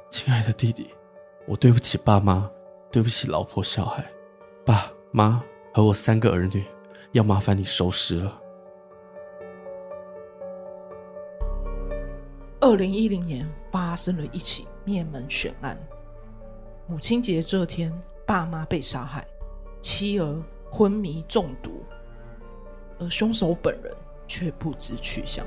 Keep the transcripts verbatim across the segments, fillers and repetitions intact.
亲爱的弟弟，我对不起爸妈，对不起老婆小孩，爸妈和我三个儿女，要麻烦你收尸了。 二零一零年发生了一起灭门悬案，母亲节这天，爸妈被杀害，妻儿昏迷中毒，而凶手本人却不知去向。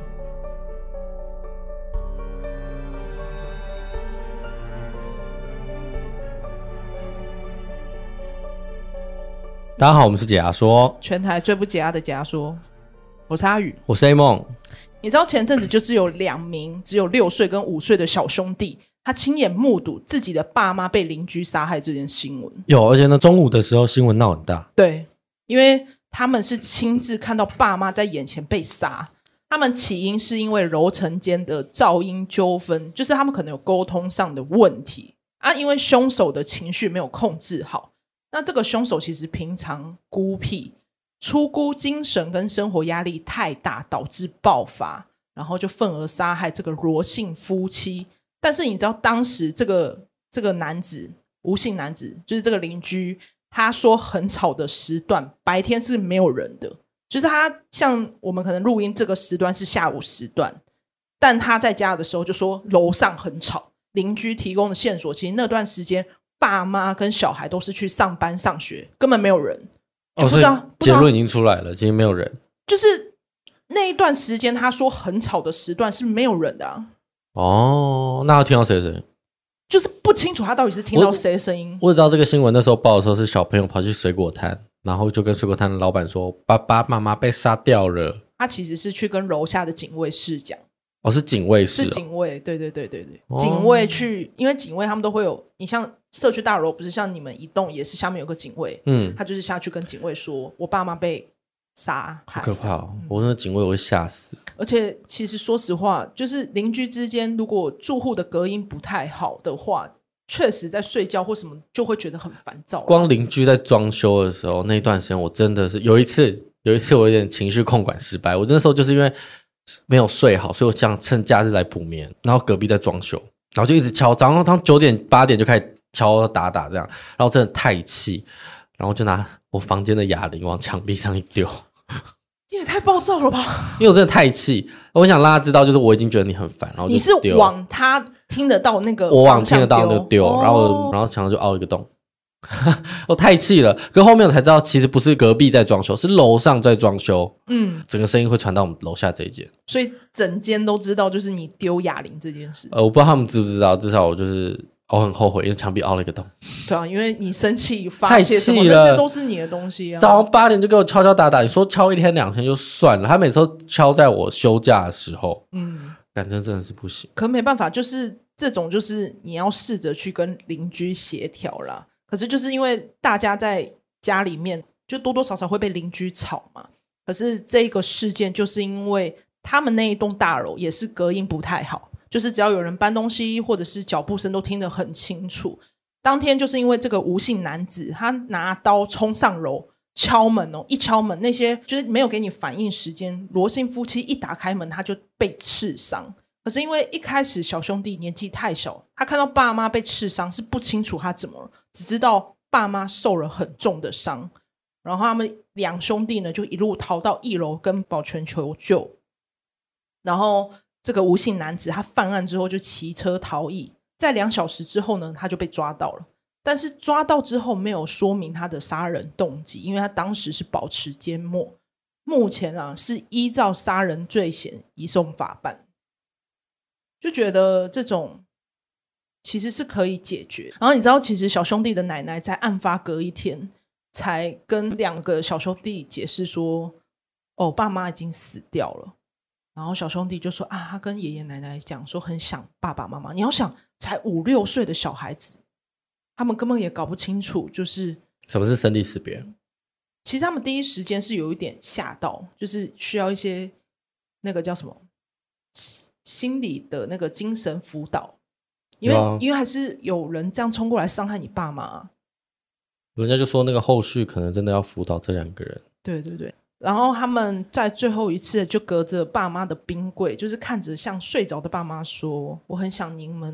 大家好，我们是解压说， 全台最不解压的解压说，我是阿宇， 我是 A 梦。 你知道前阵子就是有两名只有六岁跟五岁的小兄弟，他亲眼目睹自己的爸妈被邻居杀害这件新闻。 有，而且呢，中午的时候新闻闹很大。 对，因为他们是亲自看到爸妈在眼前被杀。他们起因是因为楼层间的噪音纠纷，就是他们可能有沟通上的问题啊，因为凶手的情绪没有控制好。那这个凶手其实平常孤僻，初估精神跟生活压力太大导致爆发，然后就愤而杀害这个罗姓夫妻。但是你知道当时这个这个男子，吴姓男子，就是这个邻居，他说很吵的时段白天是没有人的，就是他像我们可能录音这个时段是下午时段，但他在家的时候就说楼上很吵。邻居提供的线索，其实那段时间爸妈跟小孩都是去上班上学，根本没有人，就不知道、 哦、结论已经出来了，今天没有人， 就是那一段时间他说很吵的时段是没有人的啊。 哦，那他听到谁的声音？ 就是不清楚他到底是听到谁的声音。 我只知道这个新闻那时候报的时候是小朋友跑去水果摊，然后就跟水果摊的老板说爸爸妈妈被杀掉了。 他其实是去跟楼下的警卫室讲。 哦，是警卫室、哦、 是警卫，对对对对对、 哦、 警卫去，因为警卫他们都会有，你像社区大楼不是像你们一栋也是下面有个警卫，嗯，他就是下去跟警卫说我爸妈被杀害。 好可怕哦、嗯、我真的警卫我会吓死。 而且其实说实话，就是邻居之间如果住户的隔音不太好的话，确实在睡觉或什么就会觉得很烦躁。 光邻居在装修的时候那一段时间，我真的是有一次有一次我有点情绪控管失败。我那时候就是因为没有睡好，所以我想趁假日来补眠，然后隔壁在装修，然后就一直敲，早上他九点八点就开始敲打打这样，然后真的太气，然后就拿我房间的哑铃往墙壁上一丢。 你也太暴躁了吧！ 因为我真的太气，我想让他知道，就是我已经觉得你很烦，然后就丢。 你是往他听得到那个， 我往听得到就丢， 哦、 然后然后墙上就凹一个洞。我太气了，可后面我才知道，其实不是隔壁在装修，是楼上在装修。嗯，整个声音会传到我们楼下这一间， 所以整间都知道，就是你丢哑铃这件事。 呃，我不知道他们知不知道，至少我就是我很后悔，因为墙壁凹了一个洞。 对啊，因为你生气发泄什么，那些都是你的东西啊。 早上八点就给我敲敲打打，你说敲一天两天就算了，他每次都敲在我休假的时候，嗯，感觉真的是不行。 可没办法，就是这种，就是你要试着去跟邻居协调啦。可是就是因为大家在家里面就多多少少会被邻居吵嘛，可是这个事件就是因为他们那一栋大楼也是隔音不太好，就是只要有人搬东西或者是脚步声都听得很清楚。当天就是因为这个吴姓男子他拿刀冲上楼敲门哦，一敲门那些就是没有给你反应时间，罗姓夫妻一打开门他就被刺伤。可是因为一开始小兄弟年纪太小，他看到爸妈被刺伤是不清楚他怎么了，只知道爸妈受了很重的伤，然后他们两兄弟呢就一路逃到一楼跟保全求救。然后这个吴姓男子他犯案之后就骑车逃逸，在两小时之后呢他就被抓到了，但是抓到之后没有说明他的杀人动机，因为他当时是保持缄默。目前啊是依照杀人罪嫌移送法办。就觉得这种其实是可以解决。然后你知道其实小兄弟的奶奶在案发隔一天才跟两个小兄弟解释说哦爸妈已经死掉了，然后小兄弟就说啊他跟爷爷奶奶讲说很想爸爸妈妈。你要想才五六岁的小孩子，他们根本也搞不清楚就是什么是生离死别。 其实他们第一时间是有一点吓到，就是需要一些那个叫什么心理的那个精神辅导，因为、啊、因为还是有人这样冲过来伤害你爸妈、啊、 人家就说那个后续可能真的要辅导这两个人。 对对对，然后他们在最后一次就隔着爸妈的冰柜，就是看着像睡着的爸妈说我很想你们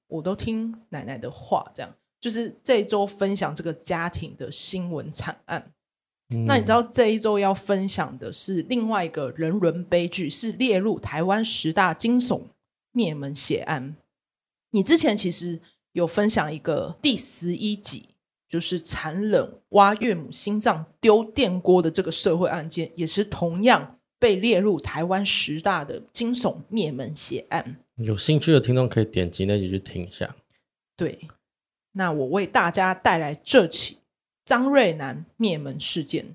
我都听奶奶的话，这样就是这一周分享这个家庭的新闻惨案。嗯、那你知道这一周要分享的是另外一个人伦悲剧，是列入台湾十大惊悚灭门血案。你之前其实有分享一个第十一集，就是残忍挖岳母心脏丢电锅的这个社会案件，也是同样被列入台湾十大的惊悚灭门血案。 有兴趣的听众可以点击那集去听一下。 对，那我为大家带来这起张瑞南灭门事件。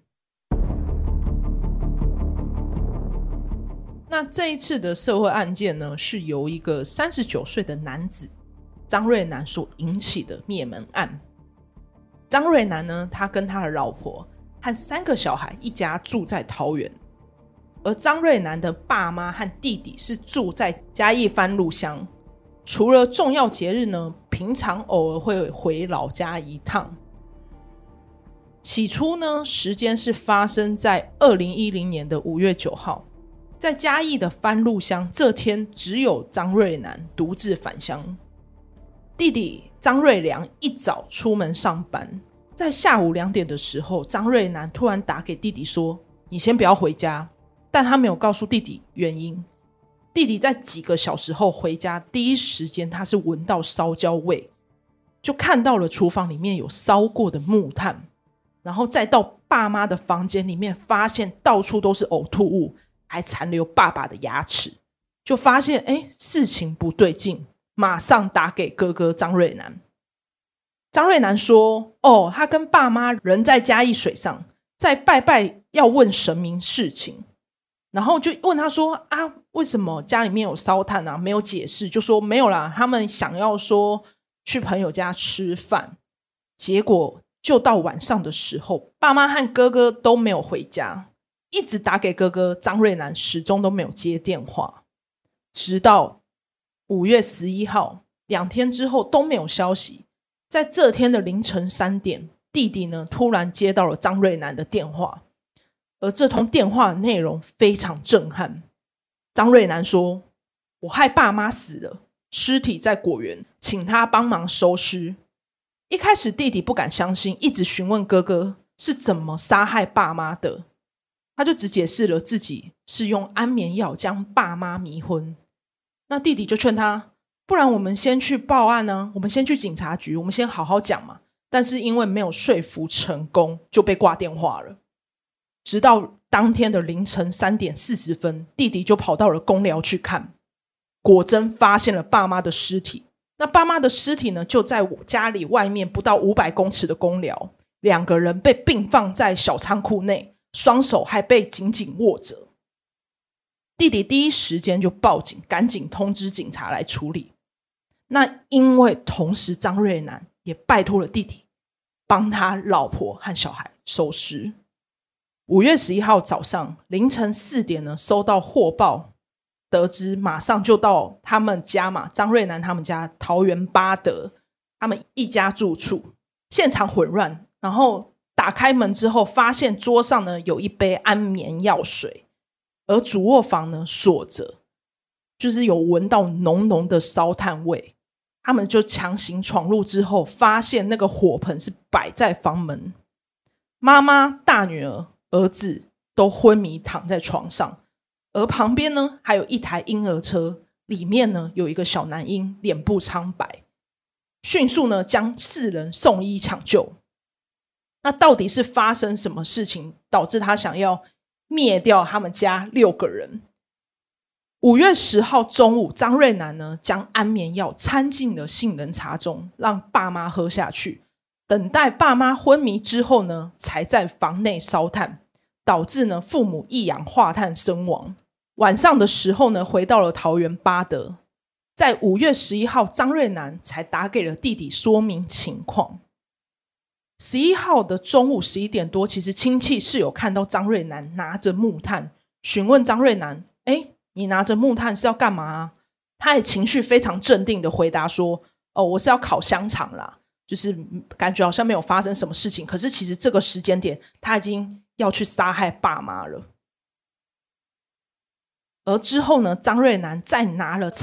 那这一次的社会案件呢，是由一个三十九岁的男子张瑞南所引起的灭门案。张瑞南呢，他跟他的老婆和三个小孩一家住在桃园，而张瑞南的爸妈和弟弟是住在嘉义番路乡，除了重要节日呢，平常偶尔会回老家一趟。起初呢，时间是发生在二零一零年的五月九号，在嘉义的番路乡，这天只有张瑞南独自返乡。弟弟张瑞良一早出门上班，在下午两点的时候，张瑞南突然打给弟弟说：“你先不要回家。”但他没有告诉弟弟原因。弟弟在几个小时后回家，第一时间他是闻到烧焦味，就看到了厨房里面有烧过的木炭，然后再到爸妈的房间里面，发现到处都是呕吐物，还残留爸爸的牙齿，就发现哎，事情不对劲，马上打给哥哥张瑞南。张瑞南说：“哦，他跟爸妈人在嘉义水上，在拜拜，要问神明事情。”然后就问他说：“啊，为什么家里面有烧炭啊？”没有解释，就说没有啦，他们想要说去朋友家吃饭。结果就到晚上的时候，爸妈和哥哥都没有回家，一直打给哥哥张瑞南，始终都没有接电话。直到五月十一号，两天之后都没有消息。在这天的凌晨三点，弟弟呢突然接到了张瑞南的电话，而这通电话的内容非常震撼。张瑞南说：“我害爸妈死了，尸体在果园，请他帮忙收尸。”一开始弟弟不敢相信，一直询问哥哥是怎么杀害爸妈的。他就只解释了自己是用安眠药将爸妈迷昏。那弟弟就劝他：“不然我们先去报案啊，我们先去警察局，我们先好好讲嘛。”但是因为没有说服成功，就被挂电话了。直到当天的凌晨三点四十分，弟弟就跑到了公寮去看，果真发现了爸妈的尸体。那爸妈的尸体呢，就在家里外面不到五百公尺的公寮，两个人被并放在小仓库内，双手还被紧紧握着。弟弟第一时间就报警，赶紧通知警察来处理。那因为同时张瑞南也拜托了弟弟帮他老婆和小孩收尸。五月十一号早上凌晨四点呢，收到获报，得知马上就到他们家嘛，张瑞南他们家桃园八德他们一家住处，现场混乱，然后打开门之后发现桌上呢有一杯安眠药水，而主卧房呢锁着，就是有闻到浓浓的烧炭味。他们就强行闯入之后，发现那个火盆是摆在房门，妈妈、大女儿、儿子都昏迷躺在床上，而旁边呢还有一台婴儿车，里面呢有一个小男婴，脸部苍白。迅速呢将四人送医抢救。那到底是发生什么事情导致他想要灭掉他们家六个人？五月十号中午，张瑞南呢将安眠药掺进了杏仁茶中，让爸妈喝下去。等待爸妈昏迷之后呢，才在房内烧炭，导致呢父母一氧化碳身亡。晚上的时候呢，回到了桃园八德。在五月十一号，张瑞南才打给了弟弟说明情况。十一号的中午十一点多，其实亲戚是有看到张瑞南拿着木炭，询问张瑞南：“哎，你拿着木炭是要干嘛啊？”他也情绪非常镇定的回答说：“哦，我是要烤香肠啦。”就是感觉好像没有发生什么事情，可是其实这个时间点他已经要去杀害爸妈了。而之后呢，张瑞南再拿了掺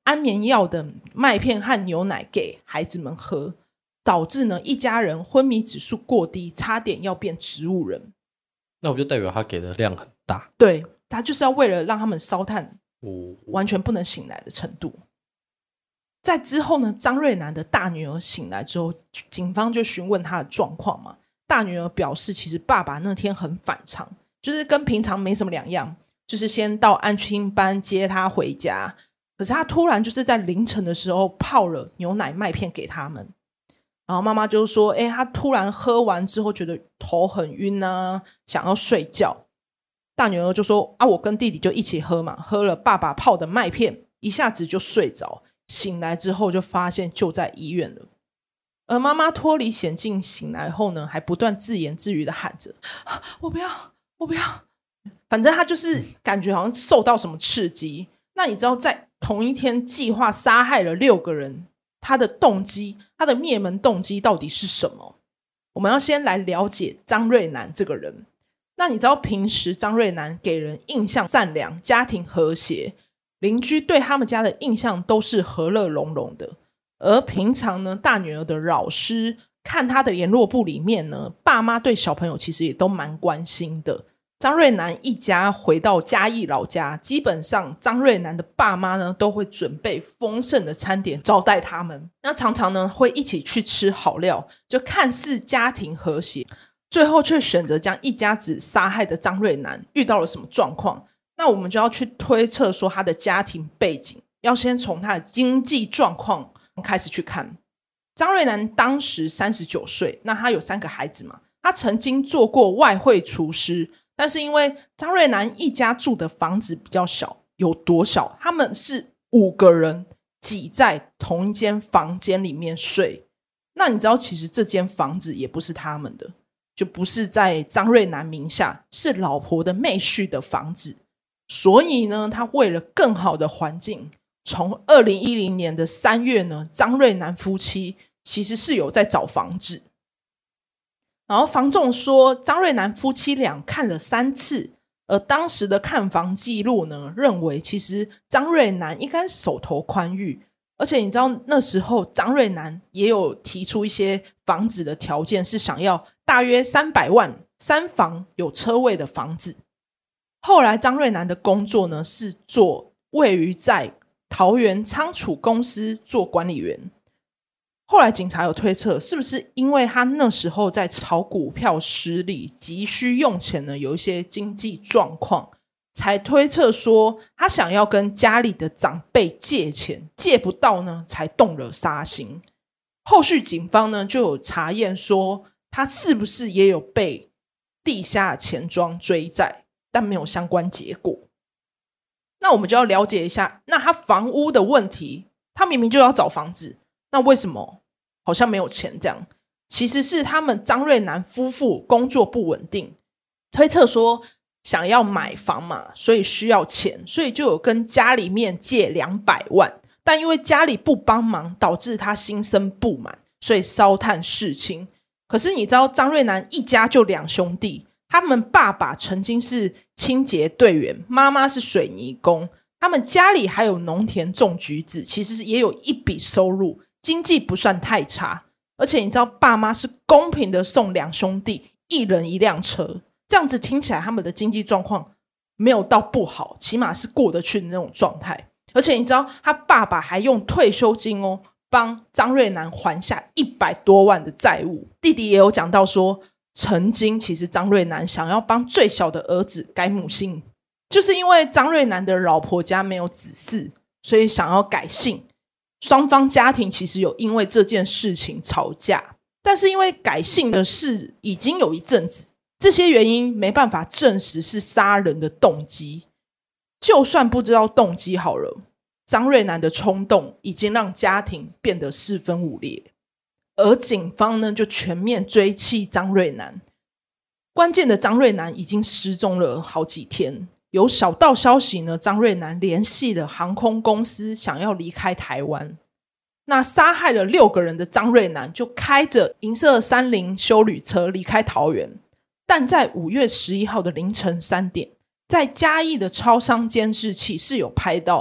安眠药的麦片和牛奶给孩子们喝，导致呢一家人昏迷指数过低，差点要变植物人。 那不就代表他给的量很大？ 对，他就是要为了让他们烧炭、 哦、 完全不能醒来的程度。在之后呢，张瑞南的大女儿醒来之后，警方就询问她的状况嘛。大女儿表示，其实爸爸那天很反常，就是跟平常没什么两样，就是先到安亲班接她回家，可是他突然就是在凌晨的时候泡了牛奶麦片给他们。然后妈妈就说，哎，他突然喝完之后觉得头很晕啊，想要睡觉。大女儿就说，啊，我跟弟弟就一起喝嘛，喝了爸爸泡的麦片，一下子就睡着，醒来之后就发现就在医院了。而妈妈脱离险境醒来后呢，还不断自言自语的喊着，啊，我不要我不要，反正他就是感觉好像受到什么刺激。那你知道在同一天计划杀害了六个人，他的动机，他的灭门动机到底是什么？我们要先来了解张瑞南这个人。那你知道平时张瑞南给人印象善良，家庭和谐，邻居对他们家的印象都是和乐融融的。而平常呢，大女儿的老师看他的联络簿里面呢，爸妈对小朋友其实也都蛮关心的。张瑞南一家回到嘉义老家，基本上张瑞南的爸妈呢都会准备丰盛的餐点招待他们，那常常呢会一起去吃好料，就看似家庭和谐，最后却选择将一家子杀害的张瑞南遇到了什么状况？那我们就要去推测说他的家庭背景，要先从他的经济状况开始去看。张瑞南当时三十九岁，那他有三个孩子嘛，他曾经做过外汇厨师，但是因为张瑞南一家住的房子比较小，有多小？他们是五个人挤在同一间房间里面睡。那你知道其实这间房子也不是他们的，就不是在张瑞南名下，是老婆的妹婿的房子。所以呢，他为了更好的环境，从二零一零年的三月呢，张瑞南夫妻其实是有在找房子。然后房仲说张瑞南夫妻俩看了三次，而当时的看房记录呢，认为其实张瑞南应该手头宽裕，而且你知道那时候张瑞南也有提出一些房子的条件，是想要大约三百万三房有车位的房子。后来张瑞南的工作呢，是做位于在桃园仓储公司做管理员。后来警察有推测，是不是因为他那时候在炒股票失利，急需用钱呢，有一些经济状况，才推测说他想要跟家里的长辈借钱，借不到呢，才动了杀心。后续警方呢就有查验说，他是不是也有被地下钱庄追债，但没有相关结果。那我们就要了解一下，那他房屋的问题，他明明就要找房子，那为什么好像没有钱这样？其实是他们张瑞南夫妇工作不稳定，推测说想要买房嘛，所以需要钱，所以就有跟家里面借两百万，但因为家里不帮忙，导致他心生不满，所以烧炭弑亲。可是你知道张瑞南一家就两兄弟，他们爸爸曾经是清洁队员，妈妈是水泥工，他们家里还有农田种橘子，其实也有一笔收入，经济不算太差。而且你知道爸妈是公平的送两兄弟一人一辆车，这样子听起来他们的经济状况没有到不好，起码是过得去的那种状态。而且你知道他爸爸还用退休金哦，帮张瑞南还下一百多万的债务。弟弟也有讲到说，曾经其实张瑞南想要帮最小的儿子改母姓，就是因为张瑞南的老婆家没有子嗣，所以想要改姓。双方家庭其实有因为这件事情吵架，但是因为改姓的事已经有一阵子，这些原因没办法证实是杀人的动机。就算不知道动机好了，张瑞南的冲动已经让家庭变得四分五裂，而警方呢就全面追缉张瑞南。关键的张瑞南已经失踪了好几天，有小道消息呢，张瑞南联系了航空公司，想要离开台湾。那杀害了六个人的张瑞南就开着银色三菱休旅车离开桃园，但在五月十一号的凌晨三点，在嘉义的超商监视器是有拍到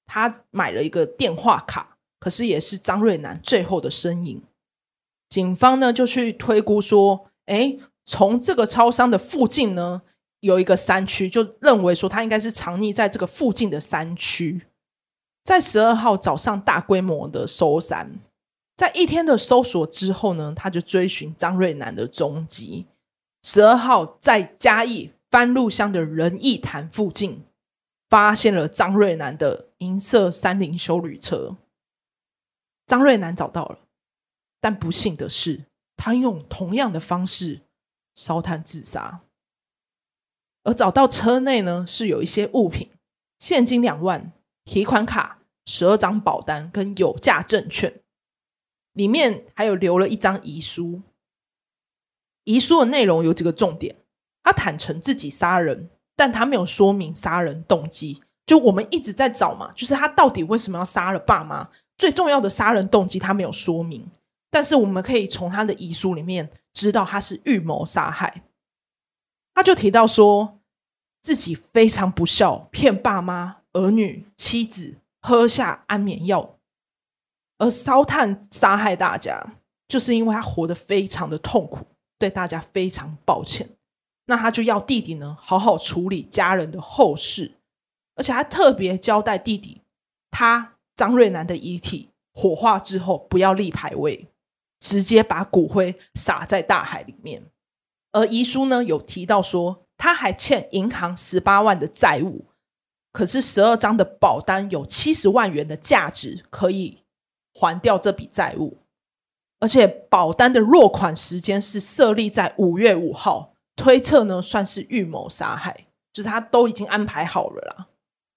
他买了一个电话卡，可是也是张瑞南最后的身影。警方呢就去推估说，诶，从这个超商的附近呢有一个山区，就认为说他应该是藏匿在这个附近的山区。在十二号早上大规模的搜山，在一天的搜索之后呢，他就追寻张瑞南的踪迹。十二号在嘉义番路乡的仁义潭附近发现了张瑞南的银色三菱休旅车。张瑞南找到了，但不幸的是他用同样的方式烧炭自杀。而找到车内呢是有一些物品，现金两万，提款卡，十二张保单跟有价证券，里面还有留了一张遗书。遗书的内容有几个重点，他坦诚自己杀人，但他没有说明杀人动机。就我们一直在找嘛，就是他到底为什么要杀了爸妈，最重要的杀人动机他没有说明，但是我们可以从他的遗书里面知道他是预谋杀害。他就提到说自己非常不孝，骗爸妈、儿女、妻子喝下安眠药，而烧炭杀害大家，就是因为他活得非常的痛苦，对大家非常抱歉。那他就要弟弟呢好好处理家人的后事，而且还特别交代弟弟，他张瑞南的遗体火化之后不要立牌位，直接把骨灰撒在大海里面。而遗书呢有提到说他还欠银行十八万的债务，可是十二张的保单有七十万元的价值可以还掉这笔债务，而且保单的落款时间是设立在五月五号，推测呢算是预谋杀害，就是他都已经安排好了啦。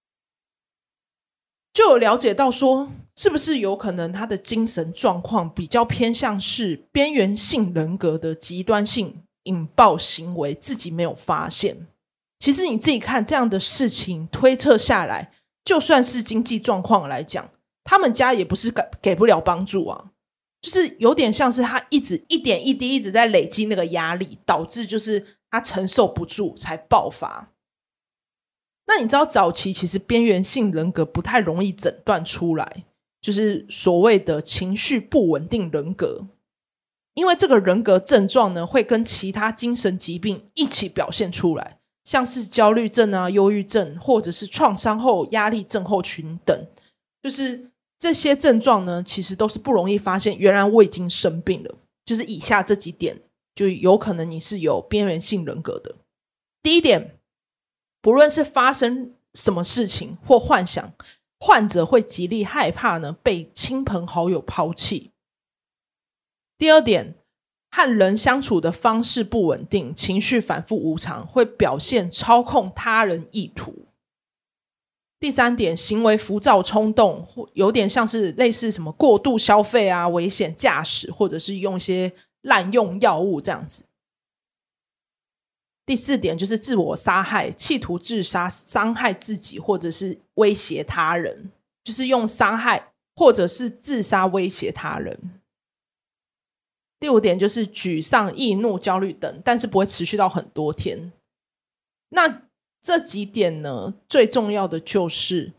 就有了解到说是不是有可能他的精神状况比较偏向是边缘性人格的极端性引爆行为，自己没有发现。其实你自己看这样的事情推测下来，就算是经济状况来讲，他们家也不是 给, 给不了帮助啊，就是有点像是他一直一点一滴一直在累积那个压力，导致就是他承受不住才爆发。那你知道早期其实边缘性人格不太容易诊断出来，就是所谓的情绪不稳定人格，因为这个人格症状呢会跟其他精神疾病一起表现出来，像是焦虑症啊、忧郁症，或者是创伤后压力症候群等。就是这些症状呢其实都是不容易发现原来我已经生病了，就是以下这几点就有可能你是有边缘性人格的。第一点，不论是发生什么事情或幻想，患者会极力害怕呢被亲朋好友抛弃。第二点，和人相处的方式不稳定，情绪反复无常，会表现操控他人意图。第三点，行为浮躁冲动，有点像是类似什么过度消费啊、危险驾驶，或者是用一些滥用药物这样子。第四点就是自我杀害，企图自杀，伤害自己或者是威胁他人，就是用伤害或者是自杀威胁他人。第五点就是沮丧、易怒、焦虑等，但是不会持续到很多天。那这几点呢，最重要的就是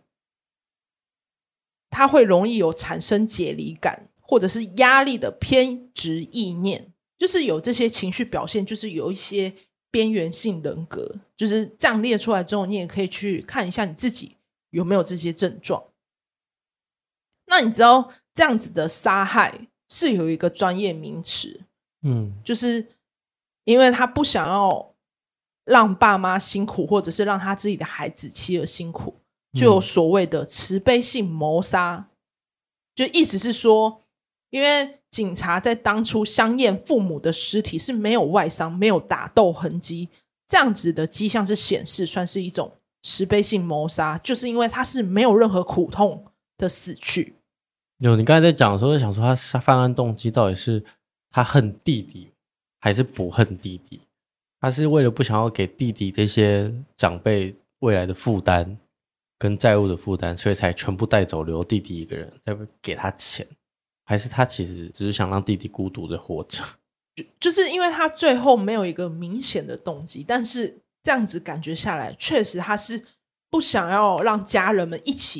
他会容易有产生解离感或者是压力的偏执意念，就是有这些情绪表现，就是有一些边缘性人格，就是这样列出来之后，你也可以去看一下你自己有没有这些症状。那你知道这样子的杀害是有一个专业名词，嗯，就是因为他不想要让爸妈辛苦，或者是让他自己的孩子妻儿辛苦，就有所谓的慈悲性谋杀。就意思是说，因为警察在当初相验父母的尸体是没有外伤、没有打斗痕迹，这样子的迹象是显示算是一种慈悲性谋杀，就是因为他是没有任何苦痛的死去。 有，你刚才在讲的时候，想说他犯案动机到底是他恨弟弟还是不恨弟弟？他是为了不想要给弟弟这些长辈未来的负担跟债务的负担，所以才全部带走，留弟弟一个人，再给他钱？还是他其实只是想让弟弟孤独的活着？ 就就是因为他最后没有一个明显的动机，但是这样子感觉下来，确实他是不想要让家人们一起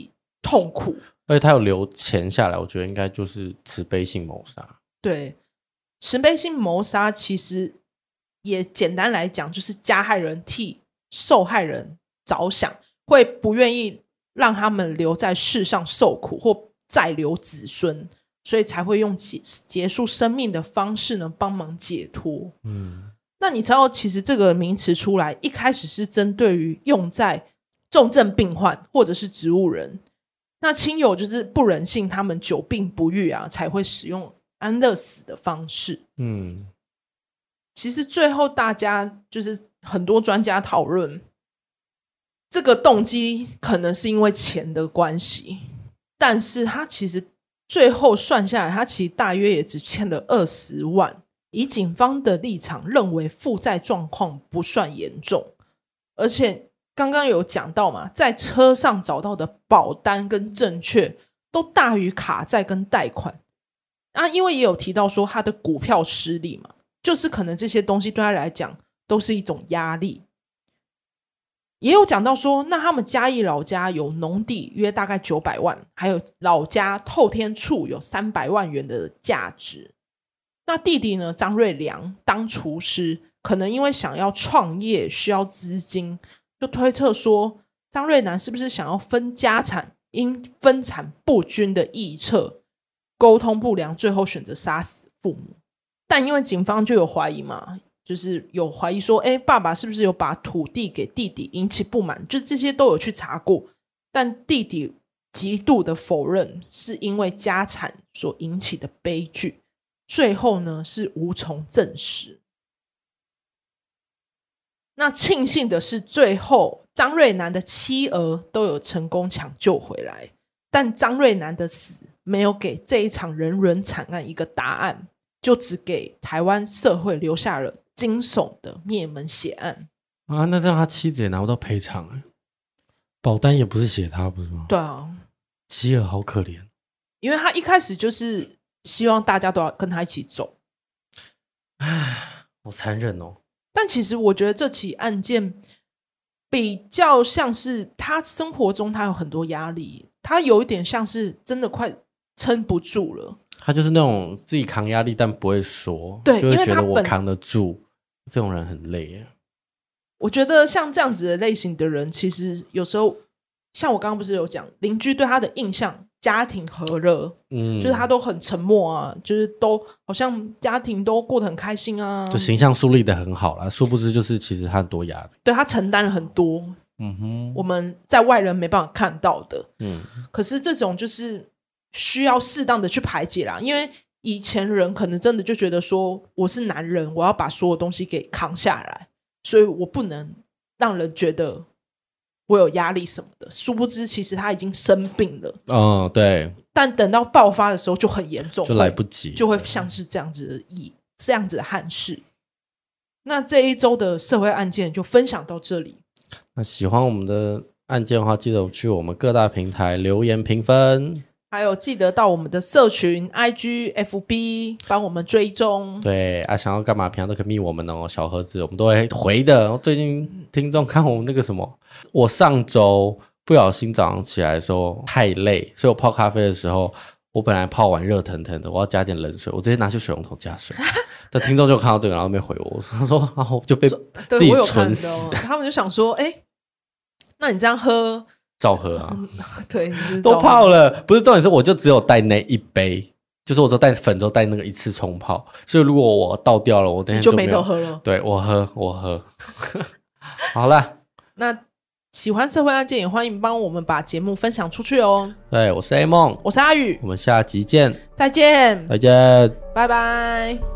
痛苦， 而且他有留钱下来，我觉得应该就是慈悲性谋杀。 对，慈悲性谋杀其实也简单来讲，就是加害人替受害人着想，会不愿意让他们留在世上受苦或再留子孙，所以才会用 结, 结束生命的方式呢帮忙解脱。 嗯， 那你知道其实这个名词出来一开始是针对于用在重症病患或者是植物人，那亲友就是不忍心他们久病不愈啊，才会使用安乐死的方式。 嗯， 其实最后大家就是很多专家讨论，这个动机可能是因为钱的关系，但是他其实最后算下来，他其实大约也只欠了二十万。以警方的立场认为负债状况不算严重，而且刚刚有讲到嘛，在车上找到的保单跟证券都大于卡债跟贷款啊，因为也有提到说他的股票失利嘛，就是可能这些东西对他来讲都是一种压力。也有讲到说，那他们嘉义老家有农地约大概九百万，还有老家透天厝有三百万元的价值。那弟弟呢，张瑞良当厨师，可能因为想要创业需要资金，就推测说张瑞南是不是想要分家产，因分产不均的臆测沟通不良，最后选择杀死父母。但因为警方就有怀疑嘛，就是有怀疑说，哎，爸爸是不是有把土地给弟弟引起不满，就这些都有去查过，但弟弟极度的否认是因为家产所引起的悲剧，最后呢是无从证实。那庆幸的是，最后张瑞南的妻儿都有成功抢救回来，但张瑞南的死没有给这一场人伦惨案一个答案，就只给台湾社会留下了惊悚的灭门血案啊！那这样他妻子也拿不到赔偿哎，保单也不是写他，不是吗？ 对啊， 妻儿好可怜， 因为他一开始就是希望大家都要跟他一起走。 唉，好残忍哦。 但其实我觉得这起案件比较像是他生活中他有很多压力，他有一点像是真的快撑不住了。 他就是那种自己扛压力但不会说， 对， 就会觉得我因为他本扛得住，这种人很累耶。 我觉得像这样子的类型的人，其实有时候像我刚刚不是有讲，邻居对他的印象家庭和乐，嗯，就是他都很沉默啊，就是都好像家庭都过得很开心啊， 就形象树立的很好啦，殊不知就是其实他很多压力， 对，他承担了很多，嗯哼，我们在外人没办法看到的，嗯，可是这种就是需要适当的去排解啦，因为以前人可能真的就觉得说我是男人，我要把所有东西给扛下来，所以我不能让人觉得我有压力什么的，殊不知其实他已经生病了， 嗯，对， 但等到爆发的时候就很严重， 就来不及， 就会像是这样子的意这样子的憾事。那这一周的社会案件就分享到这里， 那喜欢我们的案件的话，记得去我们各大平台留言评分， 还有记得到我们的社群 I G F B 帮我们追踪。 对啊，想要干嘛平常都可以密我们哦，小盒子我们都会回的。最近听众看我们那个什么，我上周不小心早上起来的时候太累，所以我泡咖啡的时候，我本来泡完热腾腾的，我要加点冷水，我直接拿去水龙头加水。但听众就看到这个，然后没回我，他说然后就被自己蠢死。 哦、他们就想说，哎，那你这样喝照喝啊， 对，就是都泡了，不是重点是我就只有带那一杯，就是我都带粉都带那个一次冲泡，所以如果我倒掉了，我等一下就没得喝了。 对，我喝我喝。好啦， 那喜欢社会案件也欢迎帮我们把节目分享出去哦。 对，我是 A 梦， 我是阿宇， 我们下集见， 再见， 再见， 拜拜。